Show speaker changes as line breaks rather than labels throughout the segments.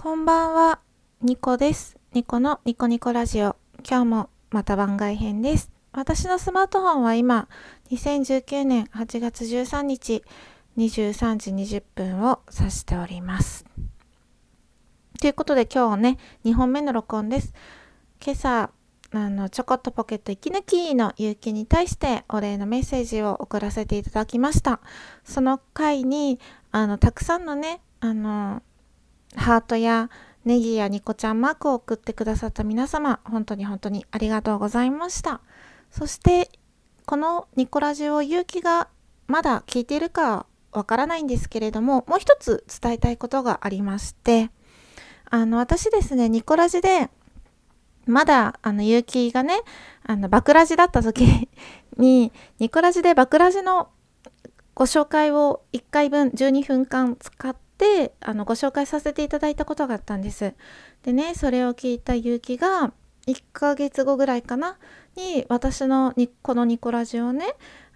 こんばんは、ニコです。ニコのニコニコラジオ。今日もまた番外編です。私のスマートフォンは今、2019年8月13日、23時20分を指しております。ということで今日はね、2本目の録音です。今朝、ちょこっとポケット息抜きのゆうきに対してお礼のメッセージを送らせていただきました。その回に、たくさんのね、ハートやネギやニコちゃんマークを送ってくださった皆様、本当にありがとうございました。そして、このニコラジオ勇気がまだ聞いているかわからないんですけれども、もう一つ伝えたいことがありまして、私ですね、ニコラジで、まだ、勇気がね、バクラジだった時に、ニコラジでバクラジのご紹介を1回分12分間使ってご紹介させていただいたことがあったんです。でね、それを聞いたゆうきが1ヶ月後ぐらいかなに私のこのニコラジオをね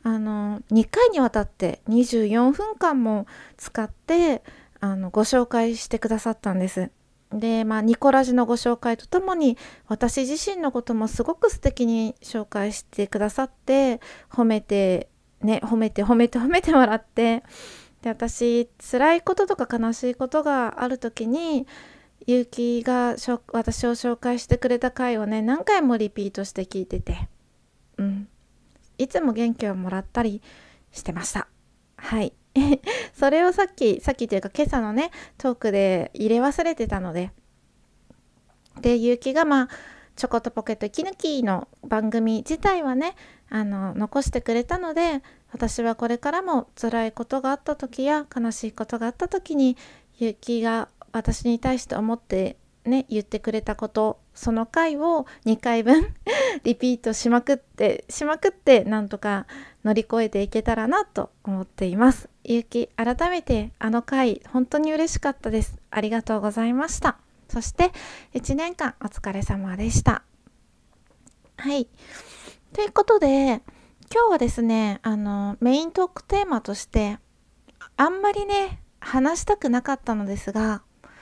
2回にわたって24分間も使ってご紹介してくださったんです。で、ニコラジのご紹介とともに私自身のこともすごく素敵に紹介してくださって褒めてもらって、で私辛いこととか悲しいことがある時にゆうきが私を紹介してくれた回をね何回もリピートして聞いてて、いつも元気をもらったりしてました。はいそれをさっきというか今朝のねトークで入れ忘れてたので、ゆうきがちょこっとポケット息抜きの番組自体はね残してくれたので、私はこれからも辛いことがあった時や悲しいことがあった時にゆうきが私に対して思ってね言ってくれたこと、その回を2回分リピートしまくってなんとか乗り越えていけたらなと思っています。ゆうき、改めて回本当に嬉しかったです。ありがとうございました。そして1年間お疲れ様でした。はい。ということで、今日はですね、メイントークテーマとして、あんまりね、話したくなかったのですが、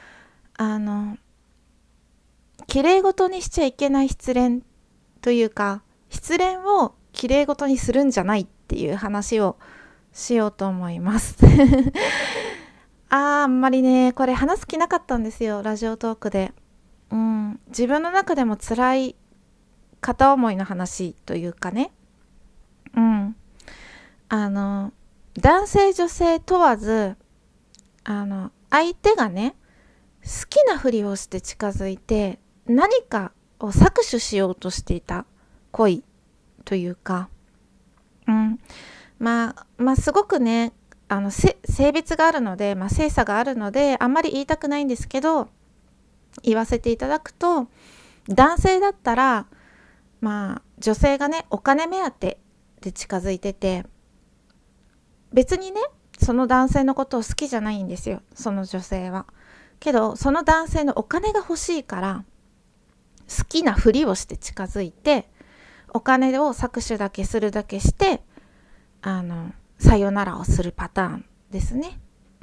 綺麗事にしちゃいけない失恋というか、失恋を綺麗事にするんじゃないっていう話をしようと思いますあんまりねこれ話す気なかったんですよ、ラジオトークで。自分の中でも辛い片思いの話というかね、男性女性問わず相手がね好きなふりをして近づいて何かを搾取しようとしていた恋というか、すごくね性別があるので、性差があるのであんまり言いたくないんですけど、言わせていただくと、男性だったら女性がねお金目当てで近づいてて、別にねその男性のことを好きじゃないんですよ、その女性は。けどその男性のお金が欲しいから好きなふりをして近づいて、お金を搾取だけするだけしてさよならをするパターンですね。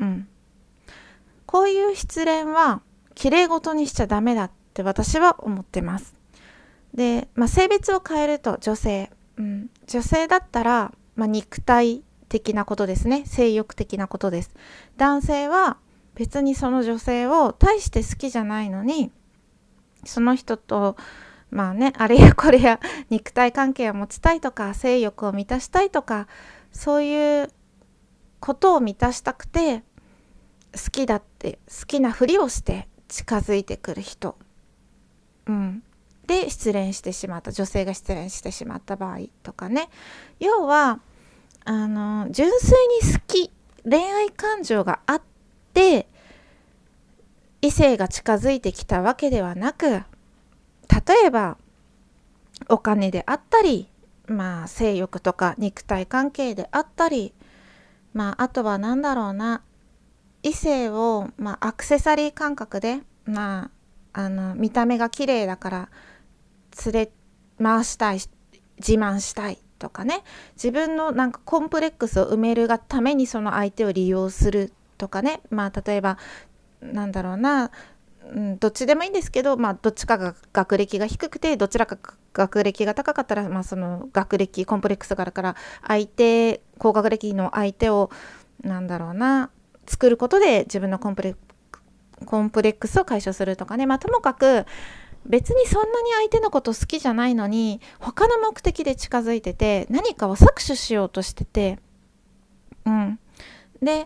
こういう失恋は綺麗事にしちゃダメだって私は思ってます。で、性別を変えると女性、女性だったら、肉体的なことですね、性欲的なことです。男性は別にその女性を大して好きじゃないのに、その人とあれやこれや肉体関係を持ちたいとか性欲を満たしたいとか、そういうことを満たしたくて好きだって好きなふりをして近づいてくる人、で失恋してしまった、女性が失恋してしまった場合とかね、要は純粋に好き、恋愛感情があって異性が近づいてきたわけではなく、例えばお金であったり、性欲とか肉体関係であったり、あとは異性を、アクセサリー感覚で、見た目が綺麗だから連れ回したい、自慢したいとかね、自分のコンプレックスを埋めるがためにその相手を利用するとかね、例えばどっちでもいいんですけど、どっちかが学歴が低くてどちらか学歴が高かったら、その学歴コンプレックスがあるから、高学歴の相手を作ることで自分のコンプレックスを解消するとかね。ともかく別にそんなに相手のこと好きじゃないのに他の目的で近づいてて、何かを搾取しようとしてて、で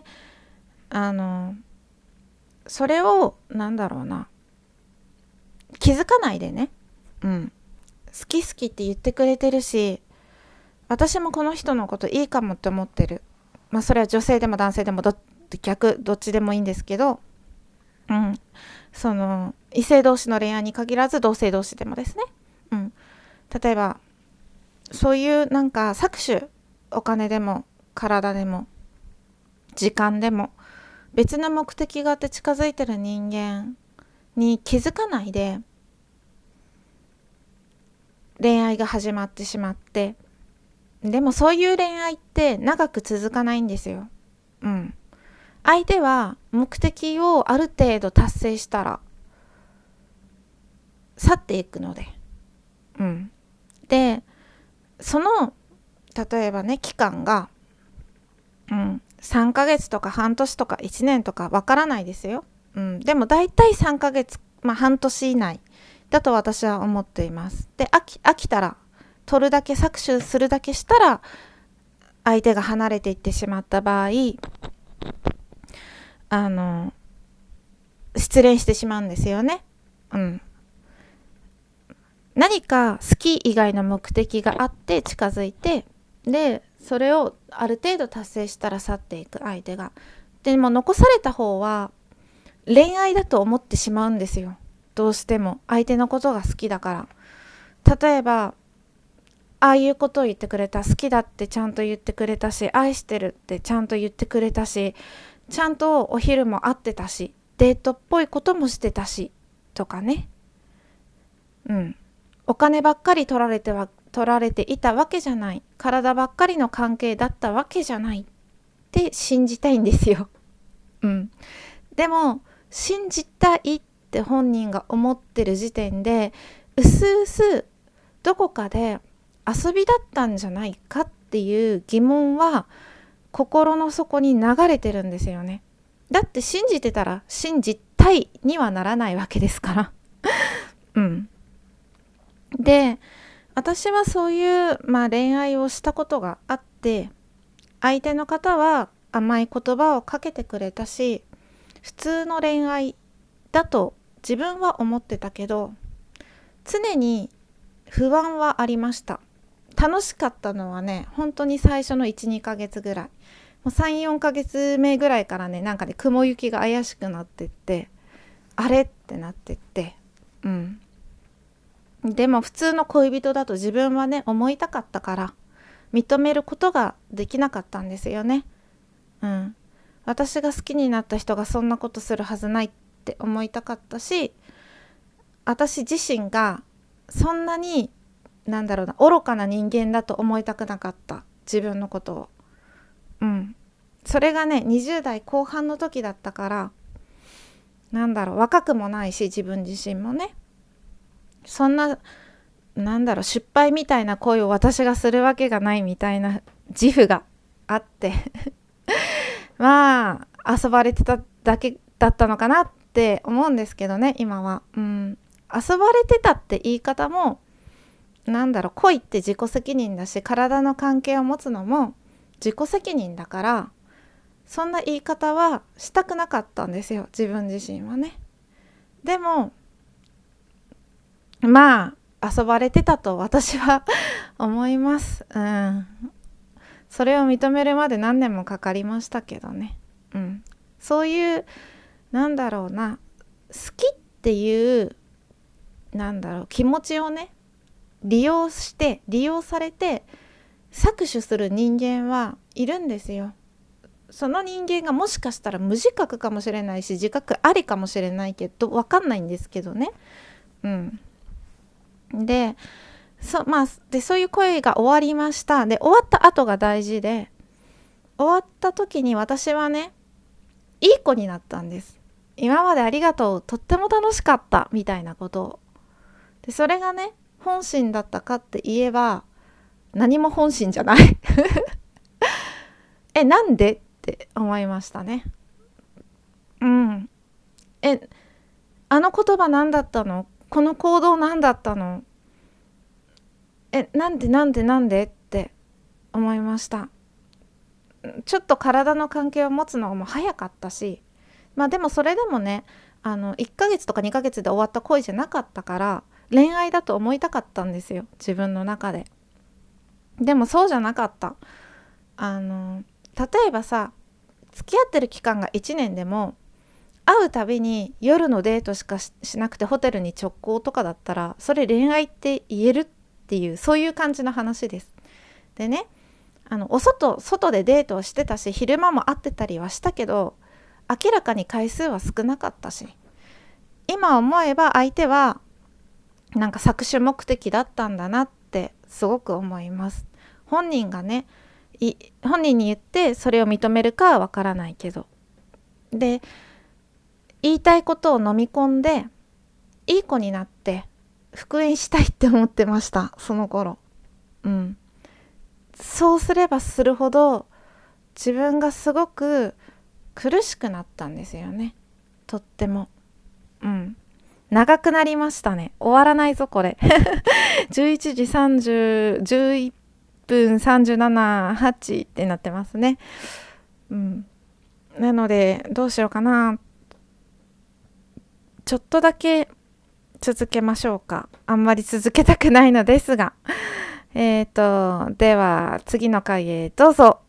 それを気づかないでね、好き好きって言ってくれてるし、私もこの人のこといいかもって思ってる。それは女性でも男性でもどっちでもいいんですけど、その異性同士の恋愛に限らず同性同士でもですね、例えばそういう搾取、お金でも体でも時間でも別の目的があって近づいてる人間に気づかないで恋愛が始まってしまって、でもそういう恋愛って長く続かないんですよ。相手は目的をある程度達成したら去っていくので、でその例えばね期間が、3ヶ月とか半年とか1年とかわからないですよ。でもだいたい3ヶ月、半年以内だと私は思っています。で飽きたら取るだけ搾取するだけしたら相手が離れていってしまった場合、失恋してしまうんですよね。何か好き以外の目的があって近づいて、でそれをある程度達成したら去っていく相手が。でも残された方は恋愛だと思ってしまうんですよ。どうしても相手のことが好きだから。例えばああいうことを言ってくれた、好きだってちゃんと言ってくれたし、愛してるってちゃんと言ってくれたし、ちゃんとお昼も会ってたし、デートっぽいこともしてたしとかね、お金ばっかり取られていたわけじゃない、体ばっかりの関係だったわけじゃないって信じたいんですよ。でも信じたいって本人が思ってる時点で、うすうすどこかで遊びだったんじゃないかっていう疑問は心の底に流れてるんですよね。だって信じてたら信じたいにはならないわけですからで、私はそういう、恋愛をしたことがあって、相手の方は甘い言葉をかけてくれたし、普通の恋愛だと自分は思ってたけど、常に不安はありました。楽しかったのはね、本当に最初の 1,2 ヶ月ぐらい、もう 3,4 ヶ月目ぐらいからね、雲行きが怪しくなってって、あれってなってって、でも普通の恋人だと自分はね思いたかったから認めることができなかったんですよね。私が好きになった人がそんなことするはずないって思いたかったし、私自身がそんなに愚かな人間だと思いたくなかった、自分のことを。それがね20代後半の時だったから、若くもないし、自分自身もね、そんな失敗みたいな恋を私がするわけがないみたいな自負があって遊ばれてただけだったのかなって思うんですけどね、今は。遊ばれてたって言い方も恋って自己責任だし、体の関係を持つのも自己責任だから、そんな言い方はしたくなかったんですよ、自分自身はね。でも遊ばれてたと私は思います。それを認めるまで何年もかかりましたけどね。そういう好きっていう気持ちをね利用されて搾取する人間はいるんですよ。その人間がもしかしたら無自覚かもしれないし、自覚ありかもしれないけど分かんないんですけどね。でそういう声が終わりました。で終わった後が大事で、終わった時に私はねいい子になったんです。 今までありがとう、とっても楽しかったみたいなことを。でそれがね本心だったかって言えば何も本心じゃないなんでって思いましたね。うん。あの言葉何だったの、この行動何だったの、なんでって思いました。ちょっと体の関係を持つのがもう早かったし、でもそれでもね、1ヶ月とか2ヶ月で終わった恋じゃなかったから恋愛だと思いたかったんですよ、自分の中で。でもそうじゃなかった。例えばさ、付き合ってる期間が1年でも会うたびに夜のデートしか しなくてホテルに直行とかだったら、それ恋愛って言えるっていう、そういう感じの話です。でね、外でデートをしてたし昼間も会ってたりはしたけど、明らかに回数は少なかったし、今思えば相手はなんか搾取目的だったんだなってすごく思います。本人がね、本人に言ってそれを認めるかはわからないけど、で言いたいことを飲み込んでいい子になって復縁したいって思ってました、その頃。そうすればするほど自分がすごく苦しくなったんですよね、とっても。長くなりましたね。終わらないぞこれ11時30、11分37、8ってなってますね。なのでどうしようかな。ちょっとだけ続けましょうか。あんまり続けたくないのですが。では次の回へどうぞ。